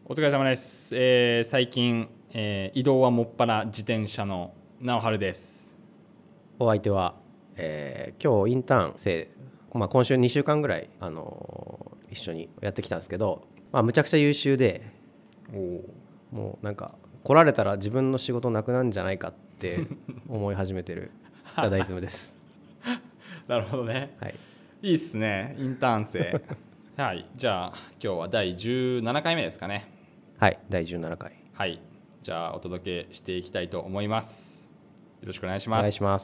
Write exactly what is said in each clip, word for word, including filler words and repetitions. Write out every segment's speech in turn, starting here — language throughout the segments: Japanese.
お疲れ様です、えー、最近、えー、移動はもっぱら自転車の直春です。 お相手は、えー、今日インターン生、まあ、今週にしゅうかんぐらい、あのー、一緒にやってきたんですけど、まあ、むちゃくちゃ優秀で、おもうなんか来られたら自分の仕事なくなるんじゃないかって思い始めてるダダイズムですなるほどね、 はい、 いいっすね、インターン生はい、じゃあ今日はだいじゅうななかいめですかね。 はい、だいじゅうななかい。 はい、じゃあお届けしていきたいと思います。よろしくお願いします。 お願いします。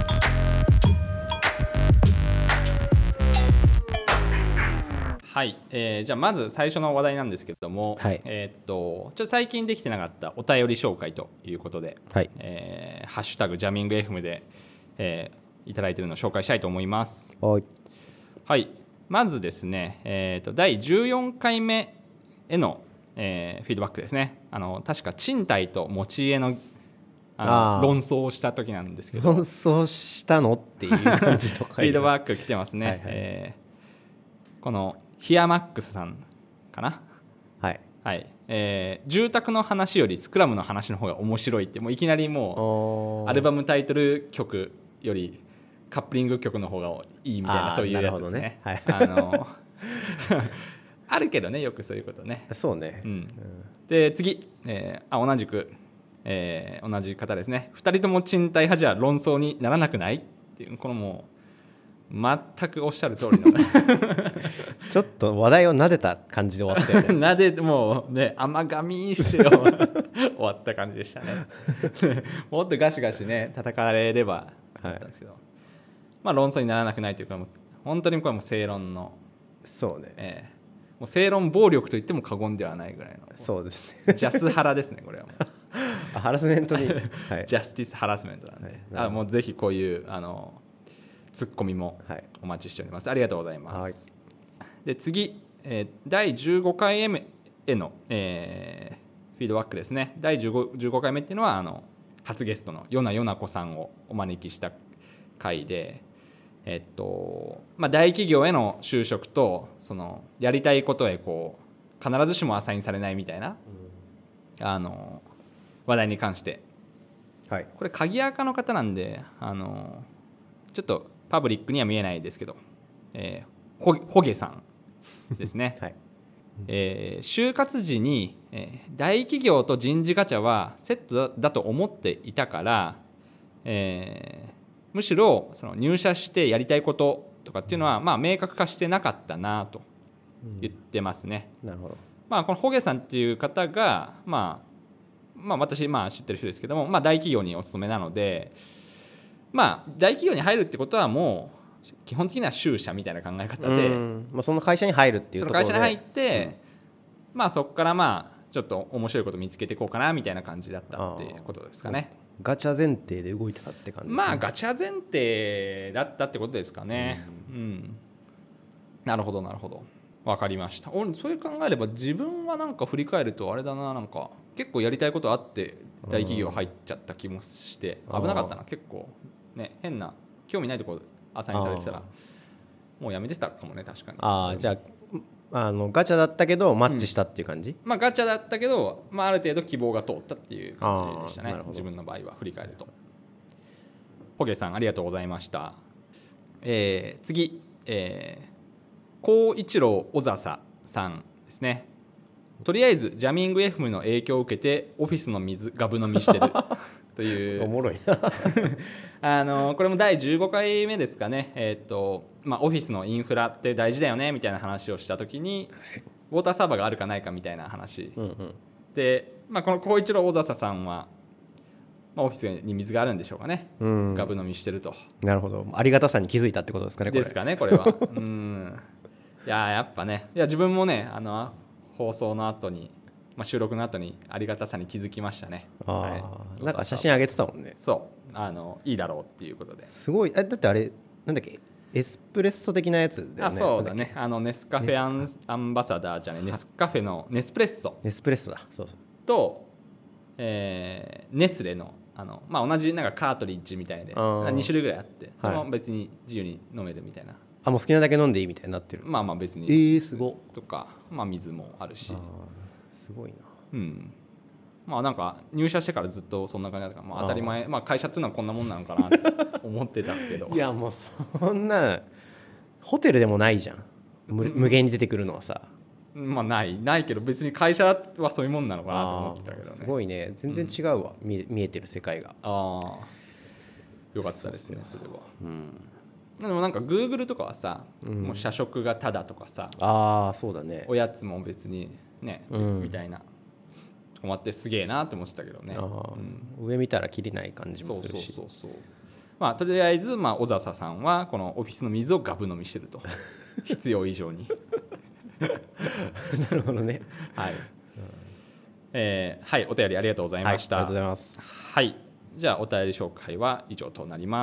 はい、えー、じゃあまず最初の話題なんですけれども、 はい、 えー、っとちょっと最近できてなかったお便り紹介ということで、 はい、 えー、ハッシュタグジャミング エフエム で、えー、いただいているのを紹介したいと思います。 はい、 はい、まずですね、えー、とだいじゅうよんかいめへの、えー、フィードバックですね。あの確か賃貸と持ち家のあの論争をした時なんですけど、 論争したのっていう感じとかフィードバック来てますね。はい、はい、えー、このヒアマックスさんかな、 はい、 はい、えー、住宅の話よりスクラムの話の方が面白いって、もういきなりもうアルバムタイトル曲よりカップリング曲の方がいいみたいな、そういうやつですね。ね、はい、あのあるけどね、よくそういうことね。 そうね、 うんうん、で次、えー、あ同じく、えー、同じ方ですね。ふたりとも賃貸派じゃ論争にならなくないっていう、このもう全くおっしゃる通りのちょっと話題を撫でた感じで終わったよね撫でもうね、甘噛みしてよ終わった感じでしたねもっとガシガシね叩かれればだったんですけど、はい、まあ論争にならなくないというか、もう本当にこれも正論の、 そうね、 えー、もう正論暴力と言っても過言ではないぐらいの、 そうですねジャスハラですねこれはもうあハラスメントに、はい、 ジャスティスハラスメントなんで、はい、あもうぜひこういうあのツッコミもお待ちしております。ありがとうございます。はい、で次、えー、だいじゅうごかいめへの、えー、フィードバックですね。だいじゅうご、じゅうごかいめっていうのはあの初ゲストのヨナヨナコさんをお招きした回で、えっとまあ、大企業への就職とそのやりたいことへこう必ずしもアサインされないみたいな、うん、あの話題に関して、はい、これ鍵アカの方なんであのちょっとパブリックには見えないですけど、えー、ホ, ホゲさんですね、はい、えー、就活時に、えー、大企業と人事ガチャはセット だ, だと思っていたから、えー、むしろその入社してやりたいこととかっていうのは、まあ、明確化してなかったなと言ってますね。 うん、なるほど。 まあ、このホゲさんっていう方が、まあまあ、私、まあ、知ってる人ですけども、まあ、大企業にお勤めなので、まあ、大企業に入るってことはもう基本的には就社みたいな考え方で、 まあ、その会社に入るっていうところで、 その会社に入って、うん、まあ、そこからまあちょっと面白いこと見つけていこうかなみたいな感じだったっていうことですかね。 ガチャ前提で動いてたって感じですね。 まあガチャ前提だったってことですかね。うん、うん、なるほどなるほど、分かりました。俺そういう考えれば自分はなんか振り返るとあれだな、なんか結構やりたいことあって大企業入っちゃった気もして危なかったな。結構ね、変な興味ないところアサインされてたらもうやめてたかもね。確かに。 ああ、じゃあ、あのガチャだったけどマッチしたっていう感じ、うん、 まあガチャだったけど、まあ、ある程度希望が通ったっていう感じでしたね。自分の場合は振り返ると。ポゲさんありがとうございました。えー、次、えー、高一郎小笹さんですね。とりあえずジャミング エフエム の影響を受けてオフィスの水ガブ飲みしてるというおもろいなあのこれもだいじゅうごかいめですかね。えーとまあ、オフィスのインフラって大事だよねみたいな話をしたときに、ウォーターサーバーがあるかないかみたいな話、うんうん、で、まあ、この高一郎小笹さんは、まあ、オフィスに水があるんでしょうかね、うん、ガブ飲みしてると。 なるほど、ありがたさに気づいたってことですかね。これですかねこれはうんいややっぱね、いや自分もね、あの放送の後に、まあ、収録の後にありがたさに気づきましたね。 あ、はい、なんか写真上げてたもんね。 そうあのいいだろうっていうことで。 すごい。だってあれなんだっけ、エスプレッソ的なやつだよね。 あ、そうだね、あのネスカフェ ア, ンアンバサダーじゃない、ネスカフェのネスプレッソネスプレッソだ、そうそう、 と、えー、ネスレのあの、まあ、同じなんかカートリッジみたいでに種類ぐらいあって、その別に自由に飲めるみたいな、はい、 あ、もう好きなだけ飲んでいいみたいになってる。 まあまあ別に、 えー、すごとか、まあ、水もあるし、 すごいな。 うんまあなんか入社してからずっとそんな感じだったから、まあ、当たり前、まあ、会社っていうのはこんなもんなのかなって思ってたけどいやもうそんなホテルでもないじゃん、無、無限に出てくるのはさ。 まあないないけど別に会社はそういうもんなのかなと思ってたけどね。 すごいね、全然違うわ、うん、見, 見えてる世界が。 ああよかったですねそれは。 うんでもなんか Google とかはさ、うん、もう社食がタダとかさ、 ああそうだね、 おやつも別にね、うん、みたいな困ってすげえなって思ってたけどね、 うん、上見たらきりない感じもするし、 そうそうそうそう、まあ、とりあえず、まあ、小笹さんはこのオフィスの水をガブ飲みしてると必要以上になるほどね、 はい、えー、はいお便りありがとうございました、 はい、ありがとうございます。 はい、じゃあお便り紹介は以上となります。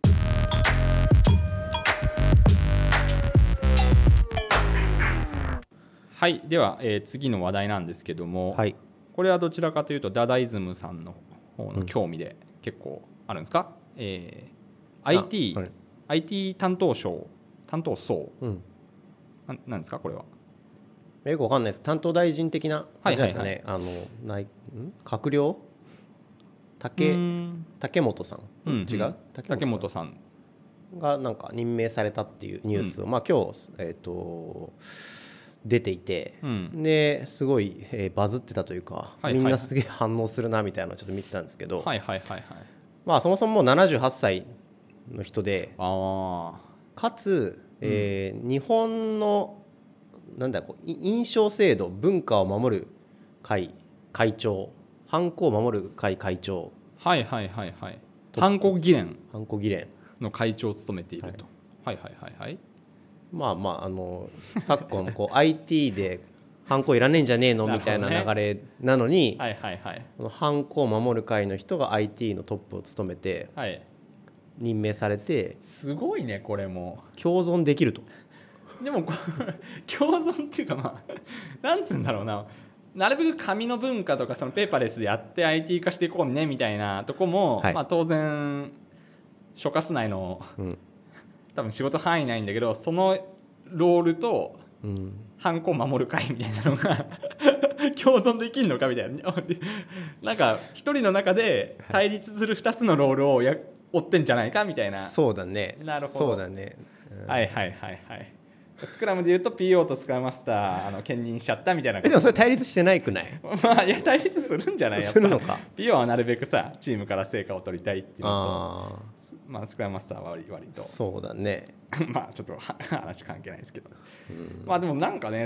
はい、では、えー、次の話題なんですけども、はい、これはどちらかというとダダイズムさんの方の興味で結構あるんですか、うんえー、アイティー、はい、アイティー 担当省担当層、うん、な, なんですかこれは。 よくわかんないです。担当大臣的な感じですかね。あのないん閣僚竹竹本さん、うんうん、違う竹本さんがなんか任命されたっていうニュースを、うん、まあ今日えっ、ー、と出ていて、うん、ですごい、えー、バズってたというか、はいはいはい、みんなすげえ反応するなみたいなのをちょっと見てたんですけど、 はいはいはいはい、 まあそもそももうななじゅうはっさいの人で、あかつ、えーうん、日本のなんだこう印象制度文化を守る会会長、藩校を守る会会長、 はいはいはいはい、藩校議連藩校議連の会長を務めていると、はい、はいはいはいはい、 まあまああの昨今こう アイティー でハンコいらねえんじゃねえのみたいな流れなのに、はいはいはい、このハンコを守る会の人が アイティー のトップを務めて任命されて、 すごいねこれも共存できると。 でも共存っていうかまあなんつうんだろうな、なるべく紙の文化とかそのペーパーレスでやって アイティー 化していこうねみたいなとこも、はい、まあ当然所轄内の、うん、多分仕事範囲ないんだけど、そのロールとハンコを守る会みたいなのが共存できるのかみたいななんか一人の中で対立するふたつのロールをや追ってんじゃないかみたいな。 そうだね、 なるほど、 そうだね、 うん、はいはいはいはい。スクラムでいうと ピーオー とスクラムマスターあの兼任しちゃったみたいな。 でもそれ対立してないくない？ まあいや対立するんじゃない？やっぱするのか。 ピーオー はなるべくさチームから成果を取りたいっていうのと、あ、まあ、スクラムマスターは割とそうだねまあちょっと話関係ないですけど、うん、まあでもなんかね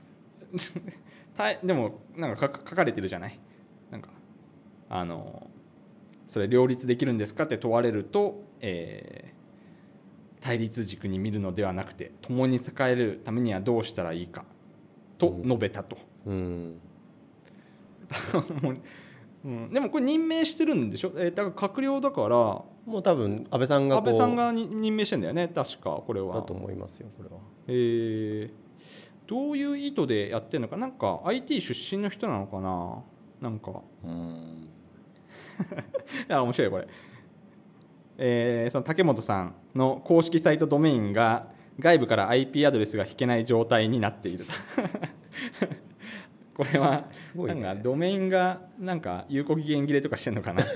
でもなんか書かれてるじゃない。なんかあのそれ両立できるんですかって問われると、えー対立軸に見るのではなくて共に栄えるためにはどうしたらいいかと述べたと、うんうん、でもこれ任命してるんでしょ、えー、だから閣僚だからもう多分安倍さんがこう安倍さんが任命してんだよね確か。これはだと思いますよこれは。 えー、どういう意図でやってるのか、なんか アイティー 出身の人なのかな、なんかうんいや面白いこれ。えー、その竹本さんの公式サイトドメインが外部から アイピー アドレスが引けない状態になっているこれはすごい、ね、なんかドメインがなんか有効期限切れとかしてるのかな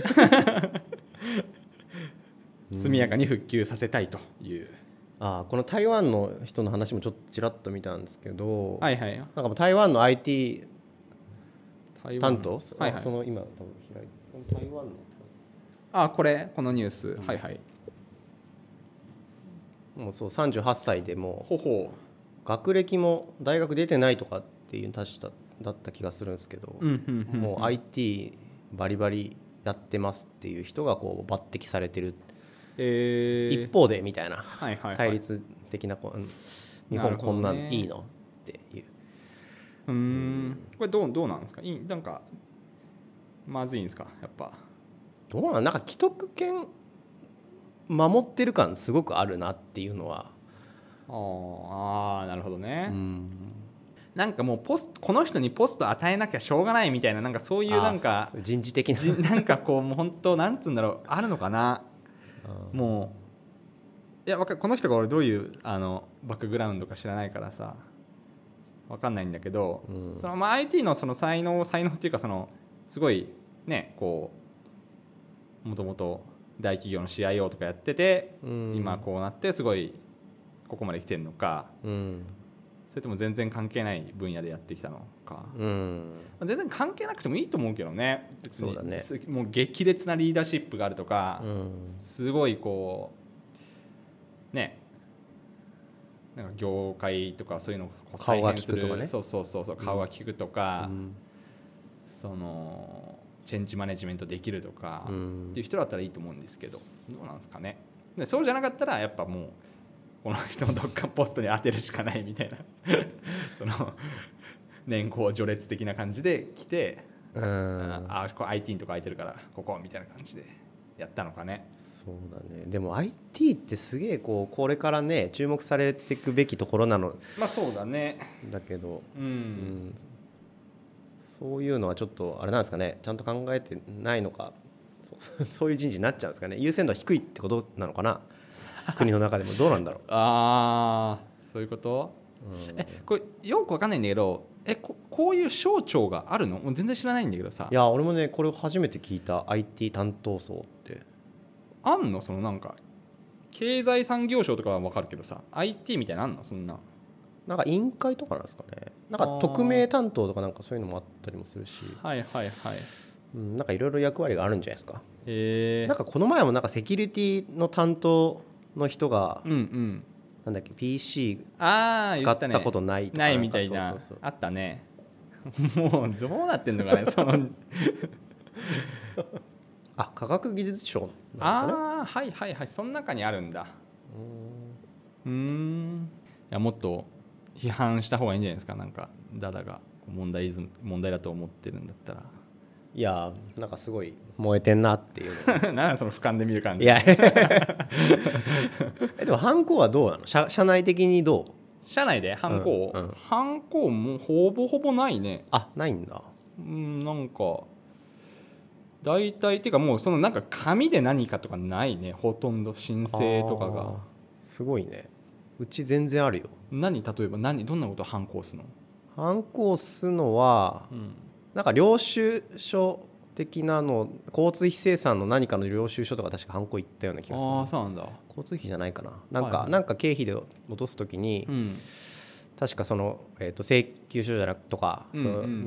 速やかに復旧させたいという。 ああこの台湾の人の話もちょっとちらっと見たんですけど、 はいはい、 なんか台湾の アイティー 担当、 はいはい、 その今多分開いて台湾のあこれこのニュース、うん、はいはい、 もうそうさんじゅうはっさいでもほほ学歴も大学出てないとかっていう確かだった気がするんですけど、うんうんうんうん、もう アイティー バリバリやってますっていう人がこう抜擢されてる、えー、一方でみたいな、はいはいはい、対立的な日本こんなんいいのっていう。 うーんこれどう、どうなんですか、いいなんかまずいんですかやっぱ。 どうなんなんか既得権守ってる感すごくあるなっていうのは。 ああなるほどね。うんなんかもうポストこの人にポスト与えなきゃしょうがないみたいな、なんかそういうなんか人事的ななんかこうもう本当なんつうんだろうあるのかな。もういやこの人が俺どういうあのバックグラウンドか知らないからさ分かんないんだけど、 うん、 そのまあ アイティー のその才能才能っていうかそのすごいねこうもともと大企業の シーアイオー とかやってて、うん、今こうなってすごいここまで来てるのか、うん、それとも全然関係ない分野でやってきたのか、うん、全然関係なくてもいいと思うけどね。別にそうだね、もう激烈なリーダーシップがあるとか、うん、すごいこうねなんか業界とかそういうのを再編する顔が利くとかね、そうそうそうそう顔が利くとか、うん、そのチェンジマネジメントできるとか、うん、っていう人だったらいいと思うんですけど、どうなんですかね。でそうじゃなかったらやっぱもうこの人のどっかポストに当てるしかないみたいなその年功序列的な感じで来て、うん、ああこれ アイティー とか空いてるからここみたいな感じでやったのかね。 そうだね。でも アイティー ってすげえこうこれからね注目されていくべきところなの。 まあそうだね。 だけど、うんうん、そういうのはちょっとあれなんですかね。ちゃんと考えてないのか、そう、そういう人事になっちゃうんですかね。優先度は低いってことなのかな。国の中でもどうなんだろう。 ああそういうこと、うん、えこれよく分かんないんだけど、え こ, こういう省庁があるの？もう全然知らないんだけどさ。 いや俺もねこれを初めて聞いた。 アイティー 担当層ってあんの？そのなんか経済産業省とかは分かるけどさ アイティー みたいなのあんの？そんななんか委員会とかなんですかね。なんか匿名担当とかなんかそういうのもあったりもするし、 はいはいはい、 うん、なんかいろいろ役割があるんじゃないですか。 へえ。 なんかこの前もなんかセキュリティの担当の人が、うんうん、なんだっけ ピーシー 使ったことないとか、 ないみたいな、そうそうそうあったね。もうどうなってんのかねそのあ科学技術省なんですかね。 ああはいはいはい、その中にあるんだ。うーんいやもっと批判した方がいいんじゃないですか。なんかダダが問題問題だと思ってるんだったら。 いやなんかすごい燃えてんなっていうのなんその俯瞰で見る感じ。 いやでも犯行はどうなの？ 社, 社内的にどう？ 社内で犯行、うんうん、犯行もほぼほぼないね。 あないんだ。 うんなんか大体っていうかもうそのなんか紙で何かとかないね。ほとんど申請とかが。 すごいね。うち全然あるよ。 何例えば何どんなことを犯行するの？ 犯行すのは、うん、なんか領収書的なの交通費精算の何かの領収書とか確か犯行行ったような気がする。 ああそうなんだ。 交通費じゃないかな。なんか、はい、なんか経費で落とすときに、うん、確かその、えー、と請求書じゃなくとか、うんうん、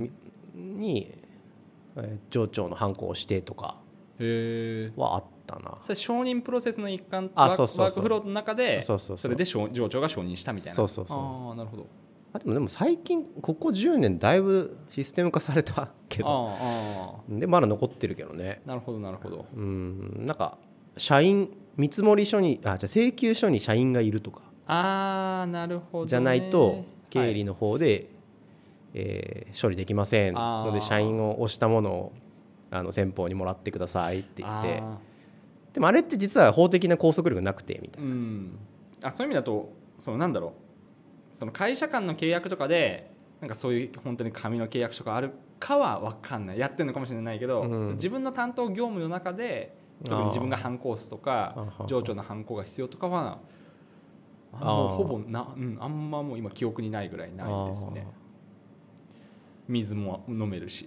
そのに、えー、上長の犯行をしてとかはあったな。 それ承認プロセスの一環ワークフローの中でそれで上長が承認したみたいな。 そうそうそう。 ああなるほど。 あでもでも最近ここじゅうねんだいぶシステム化されたけどああでまだ残ってるけどね。 なるほどなるほど。 うんなんか社員見積書にあじゃ請求書に社員がいるとかあなるほど、ね、 じゃないと経理の方で、はいえー、処理できませんので社員を押したものをあの先方にもらってくださいって言ってでもあれって実は法的な拘束力なくてみたいな。うんあそういう意味だとそのなんだろうその会社間の契約とかでなんかそういう本当に紙の契約書があるかは分かんない。やってるのかもしれないけど、うん、自分の担当業務の中で特に自分がハンコを押すとか上長のハンコが必要とかはあもうほぼな、うん、あんまもう今記憶にないぐらいないですね。水も飲めるし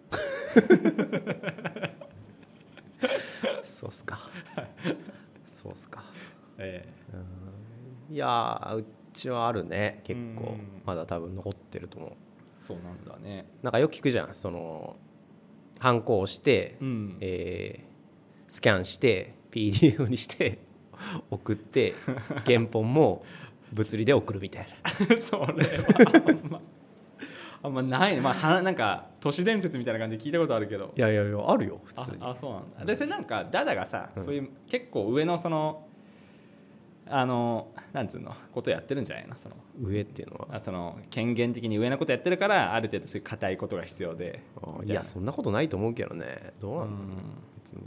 そうっすかそうっすか、ええ、うんいやうちはあるね結構まだ多分残ってると思う。 そうなんだね。 なんかよく聞くじゃんそのハンコをして、うんえー、スキャンして ピーディーエフ にして送って原本も物理で送るみたいなそれはあんまあんまないね。まあなんか都市伝説みたいな感じで聞いたことあるけど。 いやいやいやあるよ普通に。 ああそうなんだ。でそれなんかダダがさ、うん、そういう結構上のそのあのなんつうのことやってるんじゃないの。その上っていうのはあその権限的に上のことやってるからある程度そういう固いことが必要で。 いやそんなことないと思うけどね。どうなんだろう別に。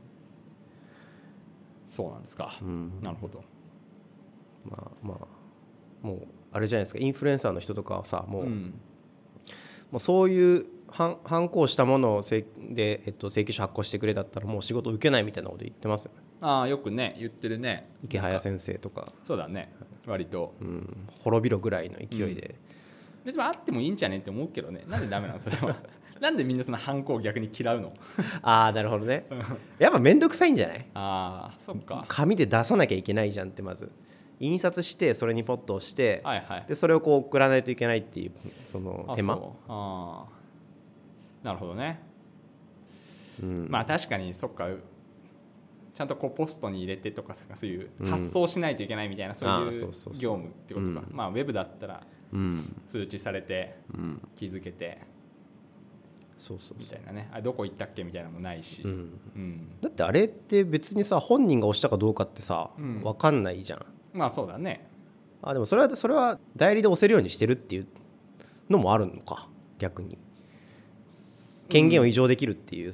そうなんですか、うん、なるほど。 まあまあもうあれじゃないですかインフルエンサーの人とかはさもう、うん、もうそういう反抗したものをで、えっと、請求書発行してくれだったらもう仕事受けないみたいなこと言ってますよね。 ああよくね言ってるね池早先生とか。 そうだね割と、 うん、滅びろぐらいの勢いで、 う別にあってもいいんじゃねって思うけどね。なんでダメなのそれはなんでみんなそのハンコを逆に嫌うのああなるほどねやっぱ面倒くさいんじゃない？ ああそっか。 紙で出さなきゃいけないじゃんって。まず印刷してそれにポッと押して、 はいはい、 でそれをこう送らないといけないっていうその手間。 ああなるほどね、 うん、 まあ確かにそっか、ちゃんとこうポストに入れてとかそういう発送しないといけないみたいな、うん、そういう業務ってことか、うん、まあウェブだったら通知されて気づけて、うん、そうそうそうみたいなね、あどこ行ったっけみたいなのもないし、うんうん、だってあれって別にさ本人が押したかどうかってさ、うん、分かんないじゃん。 まあそうだね。 あでもそれはそれは代理で押せるようにしてるっていうのもあるのか、逆に権限を移譲できるっていう、うん、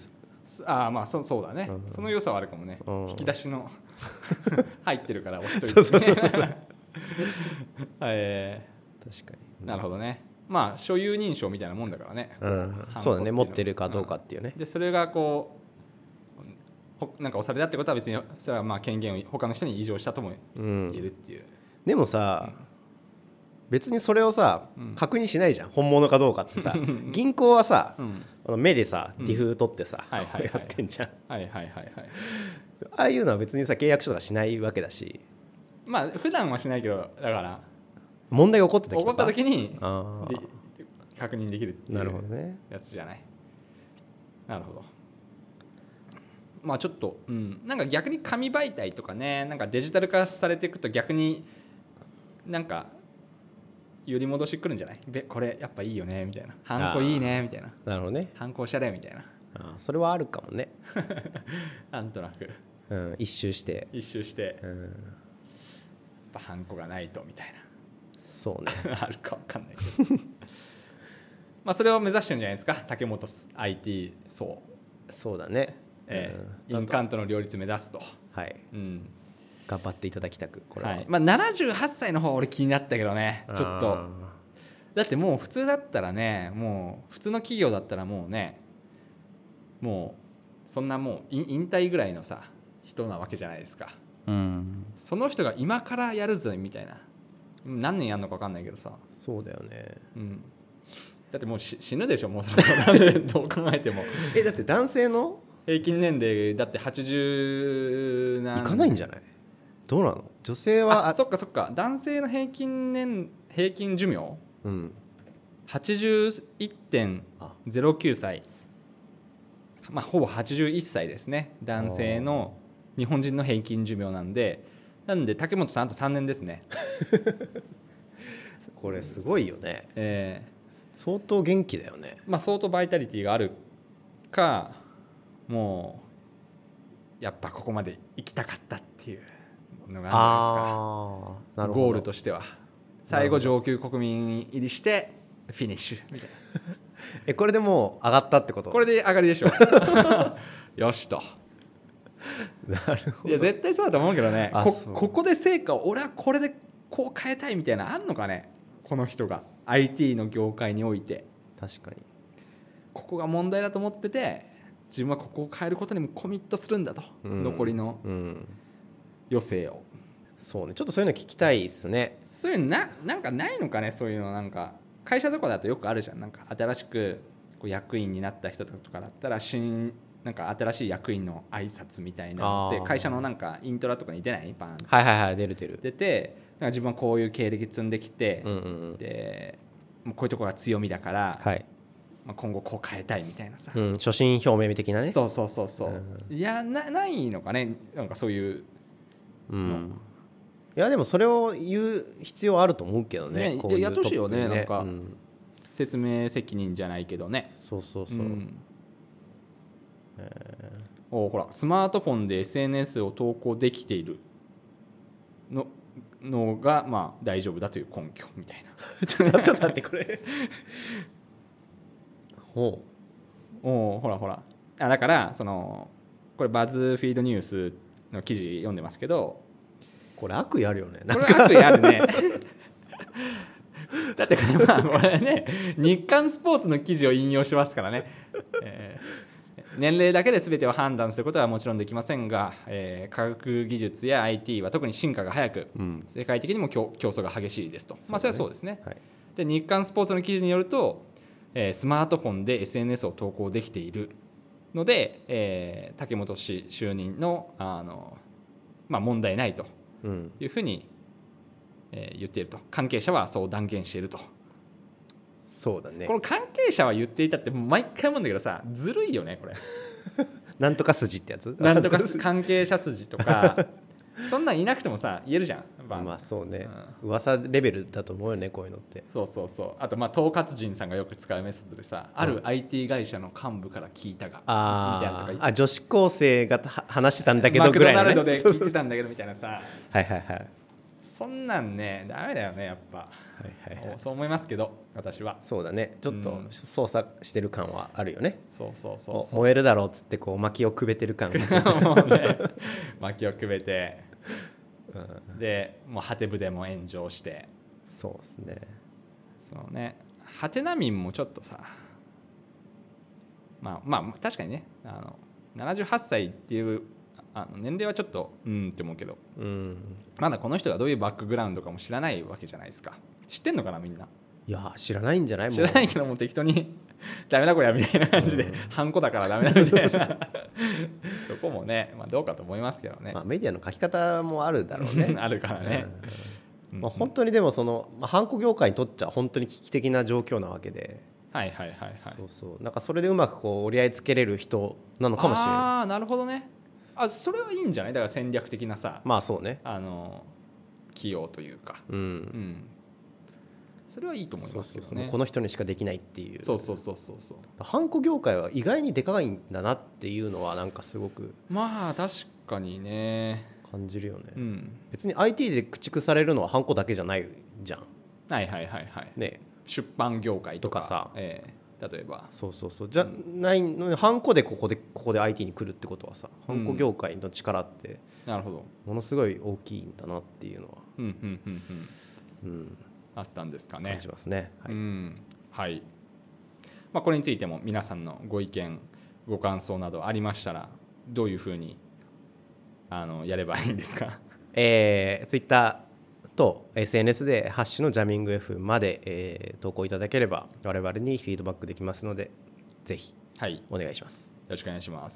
ああまあ そ, そうだね、うん、その良さはあるかもね、うん、引き出しの入ってるから押しといてそうそうそうそうえー、確かに、うん、なるほどね。まあ所有認証みたいなもんだからね、 うん、そうだね、持ってるかどうかっていうね、 うん、でそれがこうなんか押されたってことは別にそれはまあ権限を他の人に移譲したとも言えるっていう、うん、 でもさ、うん、別にそれをさ、うん、確認しないじゃん本物かどうかってさ銀行はさ、うん、目でさティフ取ってさ、うん、やってんじゃん。 はいはいはいはい。 ああいうのは別にさ契約書とかしないわけだし、 まあ普段はしないけど、だから問題が起こった時とか起こった時に確認できるっていうやつじゃない。なるほど。まあちょっと、うん、なんか逆に紙媒体とかね、なんかデジタル化されていくと逆になんか揺り戻しくるんじゃない？これやっぱいいよねみたいな、ハンコいいねみたいな、 なるほどね、 ハンコおしゃれみたいな、 あそれはあるかもねなんとなく、 うん、一周して一周して、うん、やっぱハンコがないとみたいな、 そうねあるか分かんないけどまあそれを目指してるんじゃないですか、竹本 アイティー 層。 そうだね、 えー、印鑑との両立目指すと、 はい、うん、頑張っていただきたく、これは、はい、 まあ、ななじゅうはっさいの方は俺気になったけどね、ちょっとだってもう普通だったらね、もう普通の企業だったらもうね、もうそんなもう引退ぐらいのさ人なわけじゃないですか、うん、その人が今からやるぞみたいな、何年やるのか分かんないけどさ。 そうだよね、うん、 だってもう死ぬでしょもうそれどう考えてもえだって男性の平均年齢だってはちじゅう何いかないんじゃない？どうなの？女性はあ, あそっかそっか、男性の平均年平均寿命、うん、はちじゅういってんゼロきゅうさい、まあ、ほぼはちじゅういっさいですね、男性の日本人の平均寿命なんで、なんで竹本さんあとさんねんですねこれすごいよね、 えー、相当元気だよね、 まあ、相当バイタリティがあるか、もうやっぱここまで行きたかったっていうのがあるんですか。あ、なるほど、ゴールとしては最後上級国民入りしてフィニッシュみたいなえこれでもう上がったってこと？ これで上がりでしょよしとなるほど。 いや絶対そうだと思うけどね、こ, ここで成果を俺はこれでこう変えたいみたいなあるのかね、この人が アイティー の業界において。 確かにここが問題だと思ってて、自分はここを変えることにもコミットするんだと、うん、残りの余生を、うん、 そうね、ちょっとそういうの聞きたいですね。 そういうの な, なんかないのかね、そういうの。なんか会社とかだとよくあるじゃん、なんか新しくこう役員になった人とかだったら新なんか新しい役員の挨拶みたいなのって会社のなんかイントラとかに出ない？バーンって、 はいはいはい、出る出る出て、なんか自分はこういう経歴積んできて、うんうんうん、でもうこういうところが強みだから、はい、まあ、今後こう変えたいみたいなさ、 うん、初心表明的なね。 そうそうそうそう、うん、いや な, ないのかね、なんかそういう、 うん、いやでもそれを言う必要あると思うけど ね, ねこういうやっとしいよね、なんか、うん、説明責任じゃないけどね。 そうそうそう、うん、 えー、おほらスマートフォンで エスエヌエス を投稿できている の, のがまあ大丈夫だという根拠みたいなちょっと待ってこれほうおほらほら、あだからそのこれバズフィードニュースの記事読んでますけど、 これ悪意あるよね。 これ悪意あるねだってこれまあこれね日刊スポーツの記事を引用してますからね、えー、年齢だけで全てを判断することはもちろんできませんが、えー、科学技術や アイティー は特に進化が早く、うん、世界的にも競争が激しいですと、まあ、それはそうですね、はい、 で日刊スポーツの記事によると、えー、スマートフォンで エスエヌエス を投稿できているので、えー、竹本氏就任の、あの、まあ、問題ないというふうに、うんえー、言っていると。関係者はそう断言していると。 そうだね。 この関係者は言っていたって毎回思うんだけどさ、ずるいよねこれなんとか筋ってやつなんとか関係者筋とかそんなんいなくてもさ言えるじゃん。 まあそうね、うん、噂レベルだと思うよねこういうのって。 そうそうそう。あとまあ統括人さんがよく使うメソッドでさ、うん、ある アイティー 会社の幹部から聞いたがあみたいなとか言って、 あ女子高生が話してたんだけどぐらいの、ね、 マクドナルドで聞いてたんだけどみたいなさはいはいはい。 そんなんねダメだよねやっぱ、はいはいはい、そう思いますけど私は。 そうだね、ちょっと操作してる感はあるよね、 うん、そうそうそうそう。 燃えるだろうっつってこう薪をくべてる感がもう、ね、薪をくべて、うん、でもうハテブでも炎上して。 そうですね。 そうね、ハテナ民もちょっとさ、まあまあ確かにね、あのななじゅうはっさいっていうあの年齢はちょっとうんって思うけど、うん、まだこの人がどういうバックグラウンドかも知らないわけじゃないですか。知ってんのかなみんな。 いや知らないんじゃない。もう知らないけどもう適当にダメだこれみたいな感じで、うん、ハンコだからダメだみたいなそこもね、まあ、どうかと思いますけどね、 まあ、メディアの書き方もあるだろうねあるからね、 うんまあ、本当にでもその、まあ、ハンコ業界にとっちゃ本当に危機的な状況なわけで、 はいはいはいはい、 そうそうなんかそれでうまくこう折り合いつけれる人なのかもしれない。 ああなるほどね。あそれはいいんじゃない。だから戦略的なさ、 まあそうね、 あの起用というか、うん、うん、それはいいと思いますけどね。そうそうそう、 この人にしかできないっていう。 そうそうそうそうそう。 ハンコ業界は意外にでかいんだなっていうのはなんかすごくまあ確かにね感じるよね、うん、別に アイティー で駆逐されるのはハンコだけじゃないじゃん。 はいはいはいはい、 ね、 出版業界とか、 とかさ、 えー、例えばそうそうそうじゃないのにハンコでここでここで アイティー に来るってことはさ、ハンコ業界の力ってなるほどものすごい大きいんだなっていうのは、 うんうんうんうん、うん、あったんですかね。 感じますね。はい、 うんはいまあ、これについても皆さんのご意見ご感想などありましたらどういうふうにあのやればいいんですか。 えー、ツイッターと エスエヌエス でハッシュのジャミング F まで、えー、投稿いただければ我々にフィードバックできますのでぜひお願いします、 はい、よろしくお願いします、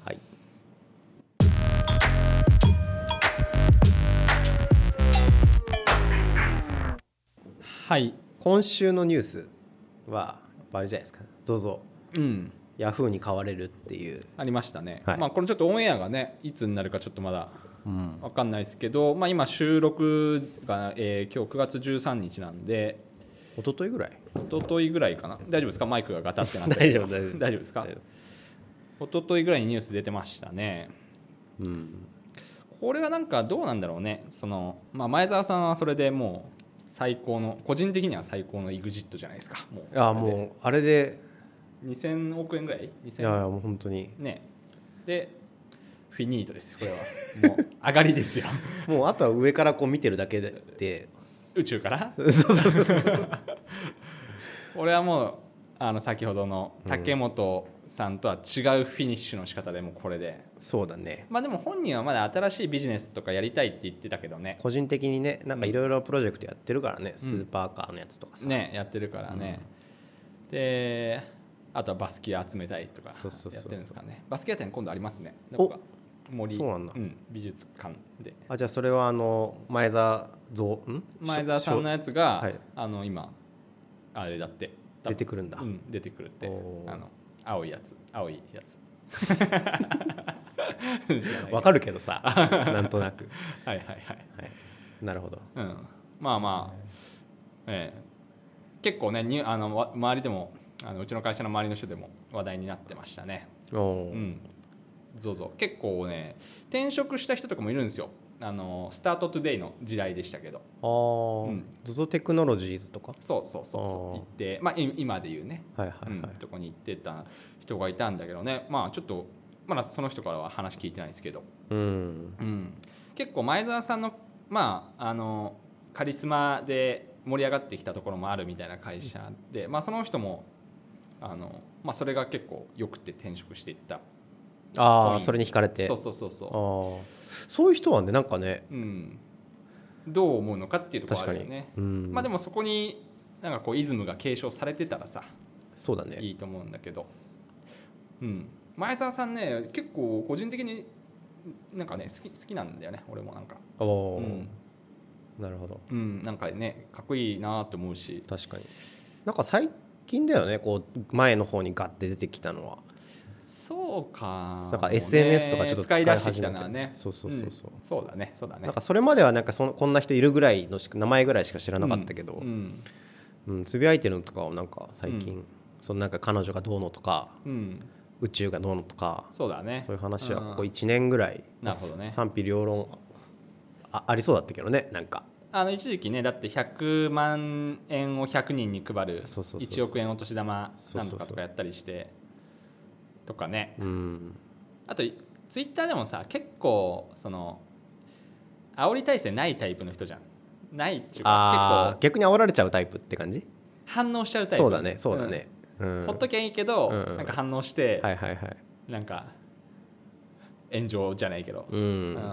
はい、はい、 今週のニュースはやっぱあれじゃないですか。どうぞ、 うん、 ヤフーに買われるっていうありましたね、はい、まあ、これちょっとオンエアがねいつになるかちょっとまだ分かんないですけど、うんまあ、今収録が、えー、今日くがつじゅうさんにちなんで一昨日ぐらい一昨日ぐらいかな。大丈夫ですかマイクがガタってなって大丈夫大丈夫大丈夫ですか。一昨日ぐらいにニュース出てましたね、うん、これはなんかどうなんだろうね。その、まあ、前澤さんはそれでもう最高の個人的には最高の エグジット じゃないですか。もういやもうあれでにせんおくえんぐらいにせんいやいやもう本当にねでフィニートですよこれは。もう上がりですよもうあとは上からこう見てるだけで宇宙からそうそうそうそう俺はもうあの先ほどの竹本さんとは違うフィニッシュの仕方でもこれで、 そうだね。 まあでも本人はまだ新しいビジネスとかやりたいって言ってたけどね。 個人的にねなんかいろいろプロジェクトやってるからね、うん、スーパーカーのやつとかさねやってるからね、うん、であとはバスキア集めたいとかやってるんですかね。バスキア展今度ありますね。なんか森そうなんだ、 うん、美術館で。 あじゃあそれはあの前澤像ん前澤さんのやつが、はい、あの今あれだって出てくるんだ、 うん、出てくるってあの青いやつ青いやつわかるけどさなんとなくはいはいはい、はい、 なるほど、 うん、まあまあ、えー、結構ねにあの周りでもあのうちの会社の周りの人でも話題になってましたね。お、うん、ゾゾ結構ね転職した人とかもいるんですよ。あのスタートトゥデイの時代でしたけど、 ああ、うん、ゾゾテクノロジーズとかそうそうそうそう行って、まあ、今で言うね、 はいはいはい、 うん、とこに行ってた人がいたんだけどね。まあちょっとまだその人からは話聞いてないですけど、うんうん、結構前澤さんのまああのカリスマで盛り上がってきたところもあるみたいな会社で、まあ、その人もあの、まあ、それが結構よくて転職していった。 ああそれに惹かれて。 そうそうそうそう。 あそういう人はねなんかね、 うん、どう思うのかっていうところあるよね。 うん、 まあ、でもそこになんかこうイズムが継承されてたらさそうだねいいと思うんだけど、うん、前澤さんね結構個人的になんかね好き好きなんだよね俺もなんか。 おお、 うん、 なるほど、 うん、なんかねかっこいいなと思うし。 確かになんか最近だよねこう前の方にガッて出てきたのは。 そうか、 なんか エスエヌエス とかちょっと使い出して始めてきたのはね。 そうそうそうそう、 うん、そうだねそうだね。 なんかそれまではなんかそのこんな人いるぐらいのしか名前ぐらいしか知らなかったけど、うんうん、つぶやいてるのとかをなんか最近、うん、そのなんか彼女がどうのとか、うん、宇宙がどうのとかそうだね、 そういう話はここいちねんぐらい、 なるほどね、 賛否両論 あ, ありそうだったけどね。なんかあの一時期ねだってひゃくまんえんをひゃくにんに配るいちおくえんお年玉なんとかとかやったりしてとかね、うん、あとツイッターでもさ結構その煽り体制ないタイプの人じゃん。ないっていうか結構逆に煽られちゃうタイプって感じ。 反応しちゃうタイプ。 そうだねそうだね、 うんうん、ほっときゃいいけど、うんうん、なんか反応して、 はいはいはい、 なんか炎上じゃないけど、うんうん、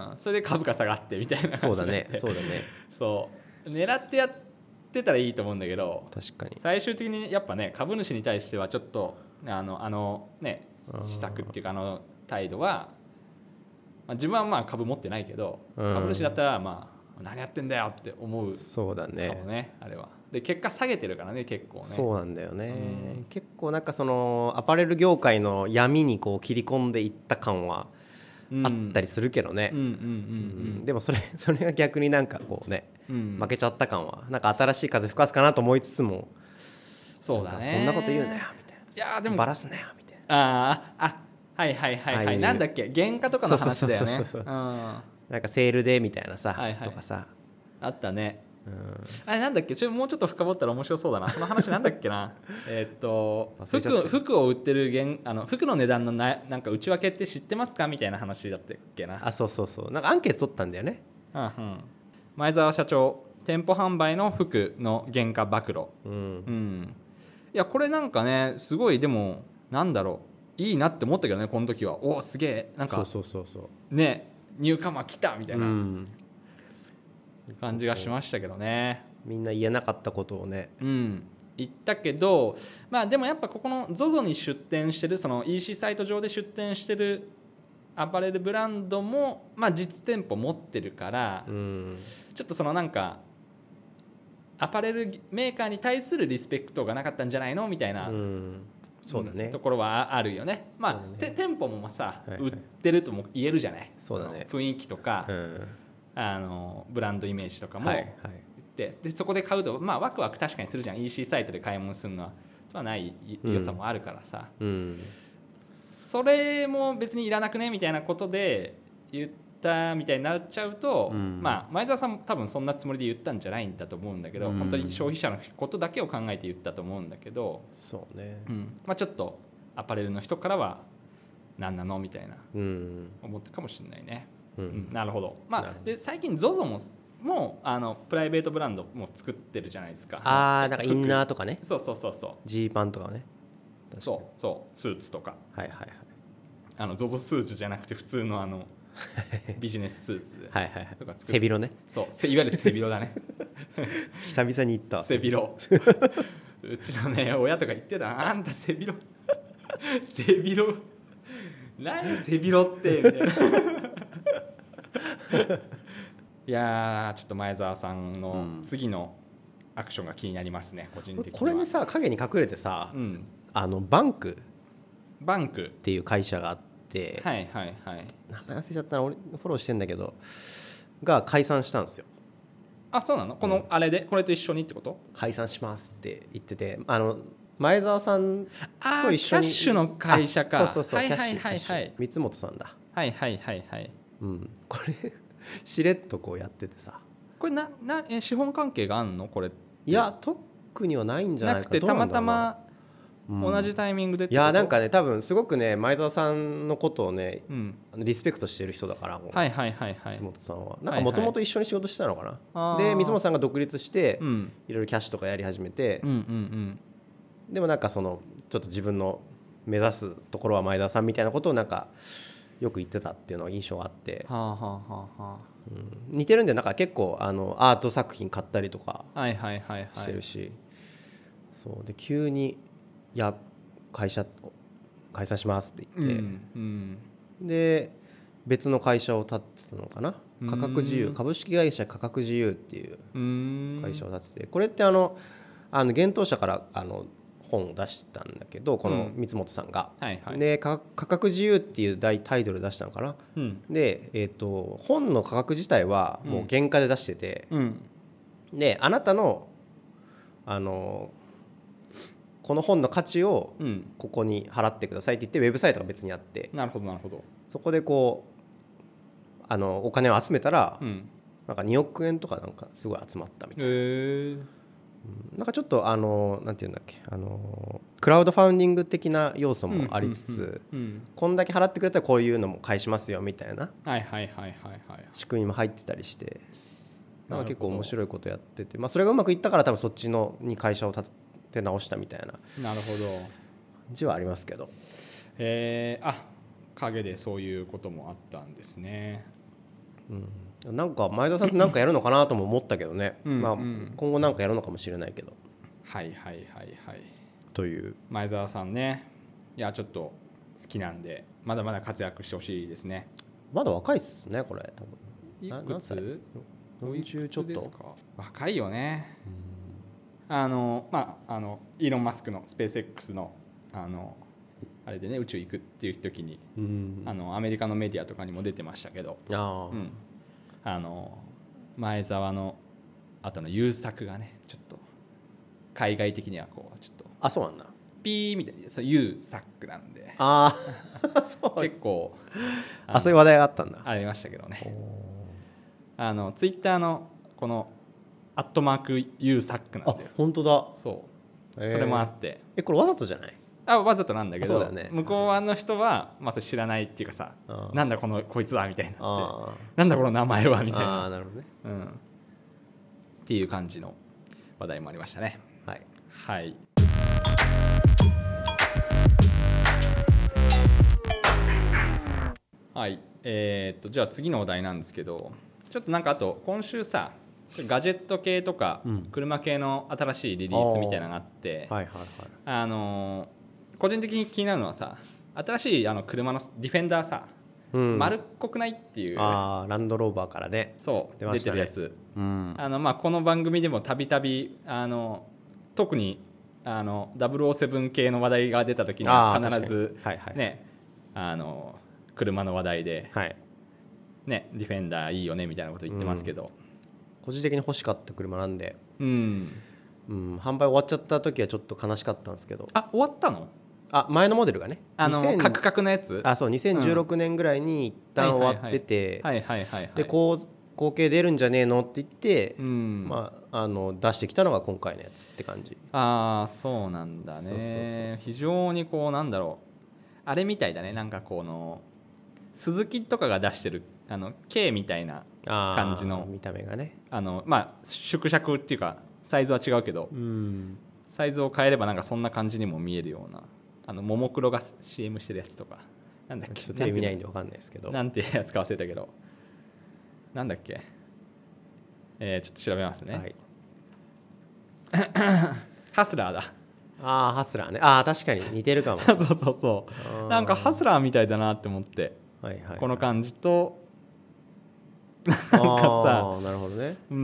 それで株価下がってみたいな感じで。 そうだねそうだねそう狙ってやってたらいいと思うんだけど、 確かに最終的にやっぱね株主に対してはちょっとあのあのね施策っていうかあの態度は、まあ、自分はまあ株持ってないけど、うん、株主だったらまあ何やってんだよって思う。 そうだね。 かもねあれは。で結果下げてるからね結構ね。 そうなんだよね、うん、結構なんかそのアパレル業界の闇にこう切り込んでいった感はあったりするけどね。でもそれそれが逆になんかこうね、うん、負けちゃった感はなんか新しい風吹かすかなと思いつつも、 そうだね、 そんなこと言うなよみたいな、 いやでもバラすなよみたいな、ああはいはいはいはい、なんだっけ原価とかの話だよね。 なんかセールでみたいなさ、はいはい、とかさあったね。うん、あれなんだっけ、ちょもうちょっと深掘ったら面白そうだな。その話なんだっけなえっと 服, 服を売ってる原あの服の値段のななんか内訳って知ってますかみたいな話だったっけな。 あそうそうそう、なんかアンケート取ったんだよね。 うん、うん、前澤社長店舗販売の服の原価暴露、うん、うん、いやこれなんかねすごいでもなんだろういいなって思ったけどねこの時は。おおすげえなんかそうそうそうそうねニューカマー来たみたいな、うん感じがしましたけどね。 みんな言えなかったことをね、 うん、言ったけど、まあでもやっぱここの ゾゾ に出店してるその イーシー サイト上で出店してるアパレルブランドもまあ実店舗持ってるから、うん、ちょっとそのなんかアパレルメーカーに対するリスペクトがなかったんじゃないのみたいな、うん、 そうだね、 ところはあるよね。まあね、店舗もさ、はいはい、売ってるとも言えるじゃない。 そうだね、 雰囲気とか、うんあのブランドイメージとかも言って、はいはい、でそこで買うと、まあ、ワクワク確かにするじゃん。 イーシー サイトで買い物するのはとはない良さもあるからさ、うんうん、それも別にいらなくねみたいなことで言ったみたいになっちゃうと、うん、まあ、前澤さんも多分そんなつもりで言ったんじゃないんだと思うんだけど、うん、本当に消費者のことだけを考えて言ったと思うんだけど、 そうね、 うんまあ、ちょっとアパレルの人からは何なのみたいな、うん、思ってるかもしれないね。うんうん、なるほど、まあ、で最近 ゾゾ ももうあのプライベートブランドも作ってるじゃないですか。 ああなんかインナーとかね。 そうそうそうそう。 ジーパンとかね。 そうそうスーツとか。 はいはいはい。 あの ゾゾ スーツじゃなくて普通のあのビジネススーツはいはいはいとか作って。背広ね。 そういわゆる背広だね。 久々に言った。 背広。うちのね親とか言ってた。あんた背広。背広。何背広ってみたいな。いやちょっと前澤さんの次のアクションが気になりますね、個人的には。 これにさ影に隠れてさ、うん、あのバンクバンクっていう会社があって、 はいはいはい、 名前忘れちゃったな、俺フォローしてんだけどが解散したんですよ。 あそうなの、このあれで、うん、これと一緒にってこと？ 解散しますって言ってて、あの前澤さんと一緒にキャッシュの会社か。 そうそうそう、 はいはいはいはい、 キャッシュ、キャッシュ三本さんだ。 はいはいはいはい、 うん、これしれっとこうやっててさ、 これななえ資本関係があんのこれって？ いや特にはないんじゃないかな。 なくてたまたま同じタイミングでってこと？ いやなんかね多分すごくね前澤さんのことをね、うん、リスペクトしてる人だから、 はいはいはいはい、 三本さんはなんかもともと一緒に仕事してたのかな、はいはい、で三本さんが独立して、うん、いろいろキャッシュとかやり始めて、うんうんうん、でもなんかそのちょっと自分の目指すところは前澤さんみたいなことをなんかよく言ってたっていうのが印象があって、はあはあはあはあ、うん、似てるんでなんか結構あのアート作品買ったりとかしてるし、 そうで急にいや会社解散しますって言って、うんうん、で別の会社を立てたのかな、価格自由株式会社価格自由っていう会社を立てて、これってあのあの幻冬舎からあの本を出したんだけど、この三本さんが、うんはいはい、で価格自由っていう大タイトル出したのかな、うん、で、えーと、本の価格自体はもう原価で出してて、うん、であなたのあのこの本の価値をここに払ってくださいって言ってウェブサイトが別にあって、 なるほどなるほど、 そこでこうあのお金を集めたら、うん、なんかにおくえんとかなんかすごい集まったみたいな、へー、なんかちょっとあのなんていうんだっけ、あのクラウドファウンディング的な要素もありつつ、うんうんうんうん、こんだけ払ってくれたらこういうのも返しますよみたいな仕組みも入ってたりして、なんか結構面白いことやってて、まあ、それがうまくいったから多分そっちのに会社を立て直したみたいななるほど字はありますけど、 えー、あ陰でそういうこともあったんですね、 うん、なんか前田さんって何かやるのかなとも思ったけどね、うん、まあ、今後何かやるのかもしれないけど、 はいはいはいはいという前澤さんね、いやちょっと好きなんでまだまだ活躍してほしいですね。 まだ若いっすねこれ多分。 いくつ？ よんじゅうちょっとですか。 若いよね。あのまああのイーロン・マスクのスペース X のあのあれでね宇宙行くっていう時に、うん、あのアメリカのメディアとかにも出てましたけど、あ、うん、あの前澤の後の優作がねちょっと海外的にはこうちょっとあそうなんだピーみたいなそう優作なんで、 あそう結構あそういう話題があったんだ、 ありましたけどね。あのツイッターのこのアットマーク優作なんで、 あ本当だ、 そう、えー、それもあって、 えこれわざとじゃない？ あわざとなんだけど、 そうだよね、 向こうの人は、まあ、それ知らないっていうかさ、なんだこのこいつはみたいになって、なんだこの名前はみたいな、 あなるほどね、 うん、っていう感じの話題もありましたね。 はい、 はい、はい、えー、っとじゃあ次の話題なんですけど、ちょっとなんかあと今週さガジェット系とか車系の新しいリリースみたいなのがあって、 はいはいはい、 あのー、個人的に気になるのはさ、新しいあの車のディフェンダーさ、うん、丸っこくないっていう、 あランドローバーからね、 そう出てるやつ、うん、あのまあこの番組でもたびたび特にあのダブルオーセブン系の話題が出た時には必ず、はいはい、ね、あの車の話題で、はいね、ディフェンダーいいよねみたいなこと言ってますけど、うん、 個人的に欲しかった車なんで、 うんうん、販売終わっちゃった時はちょっと悲しかったんですけど。 あ終わったの？ あ前のモデルがね、 あのカクカクのやつ、 あそうにせんじゅうろくねんぐらいに一旦終わってて、でこう後継出るんじゃねえのって言って、うん、まあ、あの出してきたのが今回のやつって感じ。 ああそうなんだね。そうそうそうそう、非常にこうなんだろう、あれみたいだね、なんかこの鈴木とかが出してるあの K みたいな感じの見た目がね、 あのまあ縮尺っていうかサイズは違うけど、うん、サイズを変えればなんかそんな感じにも見えるような、あのももクロが シーエム してるやつとか、なんだっけ、 ちょっとテレビ見ないんで分かんないですけど、 なんてやつか忘れたけど、なんだっけ、えー、ちょっと調べますね、はい、ハスラーだ。 ああハスラーね、ああ確かに似てるかもそうそうそう、なんかハスラーみたいだなって思って、はいはいはい、この感じとなんかさ、 あなるほどね、 うん、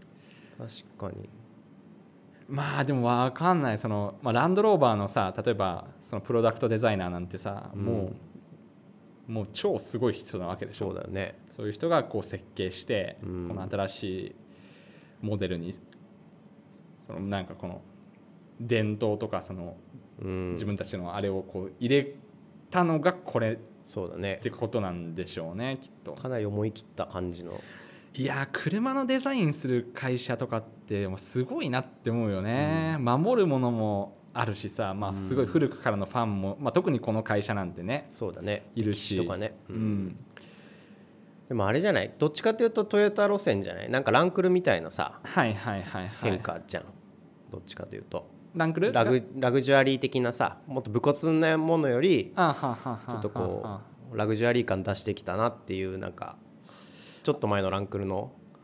確かに。 まあでも分かんない、その、まあ、ランドローバーのさ、例えばそのプロダクトデザイナーなんてさ、うん、もうもう超すごい人なわけでしょ。 そうだよね。 そういう人がこう設計して、うん、この新しいモデルにそのなんかこの伝統とかその、うん、自分たちのあれをこう入れたのがこれそうだねってことなんでしょうね、きっと。 かなり思い切った感じの。 いや車のデザインする会社とかってすごいなって思うよね、うん、守るものもあるしさ、まあ、すごい古くからのファンも、まあ、特にこの会社なんてね、 そうだね、 いるしとかね、うんうん、でもあれじゃない、どっちかというとトヨタ路線じゃない、なんかランクルみたいなさ、 はいはいはいはい、 変化じゃん、どっちかというとランクルラグ、ラグジュアリー的なさ、もっと武骨なものよりちょっとこうラグジュアリー感出してきたなっていう、なんかちょっと前のランクルの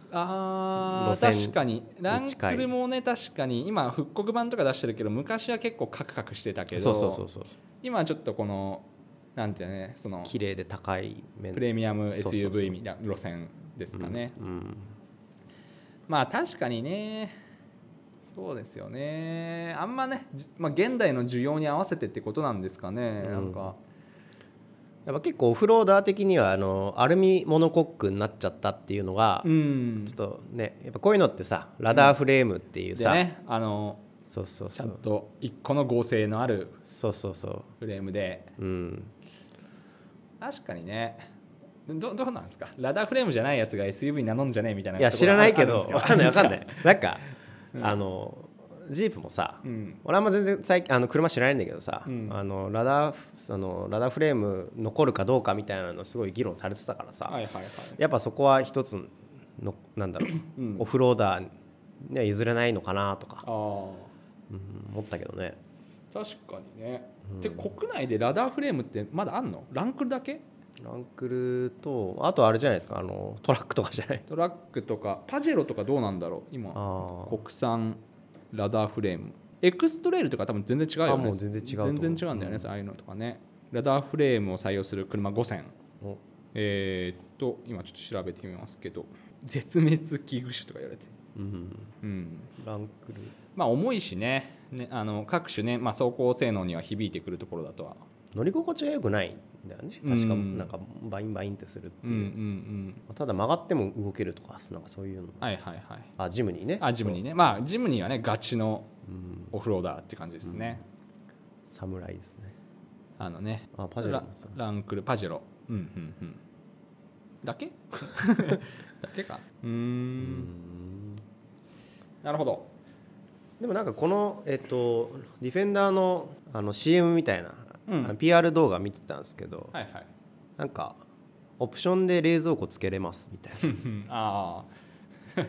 あ確かにランクルもね確かに今復刻版とか出してるけど昔は結構カクカクしてたけど、 そうそうそうそう、 今はちょっとこのなんていうねその綺麗で高い面プレミアム エスユーブイ みたいな路線ですかね、うんうん、まあ確かにねそうですよねあんまね、まあ、現代の需要に合わせてってことなんですかね、うん、なんかやっぱ結構オフローダー的にはあのアルミモノコックになっちゃったっていうのが、うん、ちょっとねやっぱこういうのってさラダーフレームっていうさ、 うん、でねあのそうそうそうちゃんと一個の合成のあるそうそうそうフレームで、うん、確かにね ど, どうなんですかラダーフレームじゃないやつが エスユーブイ 名乗んじゃねえみたいないや知らないけど分かんない分かんないなんか、うん、あのジープもさ、うん、俺あんま全然最近あの車知らないんだけどさ、うん、あのラダーそのラダーフレーム残るかどうかみたいなのすごい議論されてたからさ、はいはいはい、やっぱそこは一つのなんだろう、うん、オフローダーには譲れないのかなとか、あ、うん、思ったけどね確かにね、うん、で国内でラダーフレームってまだあんの？ランクルだけ？ ランクルとあとあれじゃないですかあのトラックとかじゃない？ トラックとかパジェロとかどうなんだろう今国産ラダーフレームエクストレイルとか多分全然違うよね。 あもう全然違う全然違うんだよね、うん、ああいうのとかねラダーフレームを採用する車ごせんえー、っと今ちょっと調べてみますけど絶滅危惧種とか言われて、うんうん、 ランクルまあ重いし ね, ねあの各種ね、まあ、走行性能には響いてくるところだとは乗り心地が良くないんだよね確か、うん、なんかバインバインってするっていう、うんうんうん、ただ曲がっても動けるとかなんかそういうのはいはいはいあジムニーねあジムニーねまあジムニーはねガチのオフローダーって感じですね、 うん、侍ですねあのねあパジェロラ, ランクルパジェロうんうんうんだけだけかうーんなるほどでもなんかこの、えっと、ディフェンダー の, あの シーエム みたいな、うん、ピーアール 動画見てたんですけど、はいはい、なんかオプションで冷蔵庫つけれますみたいなああ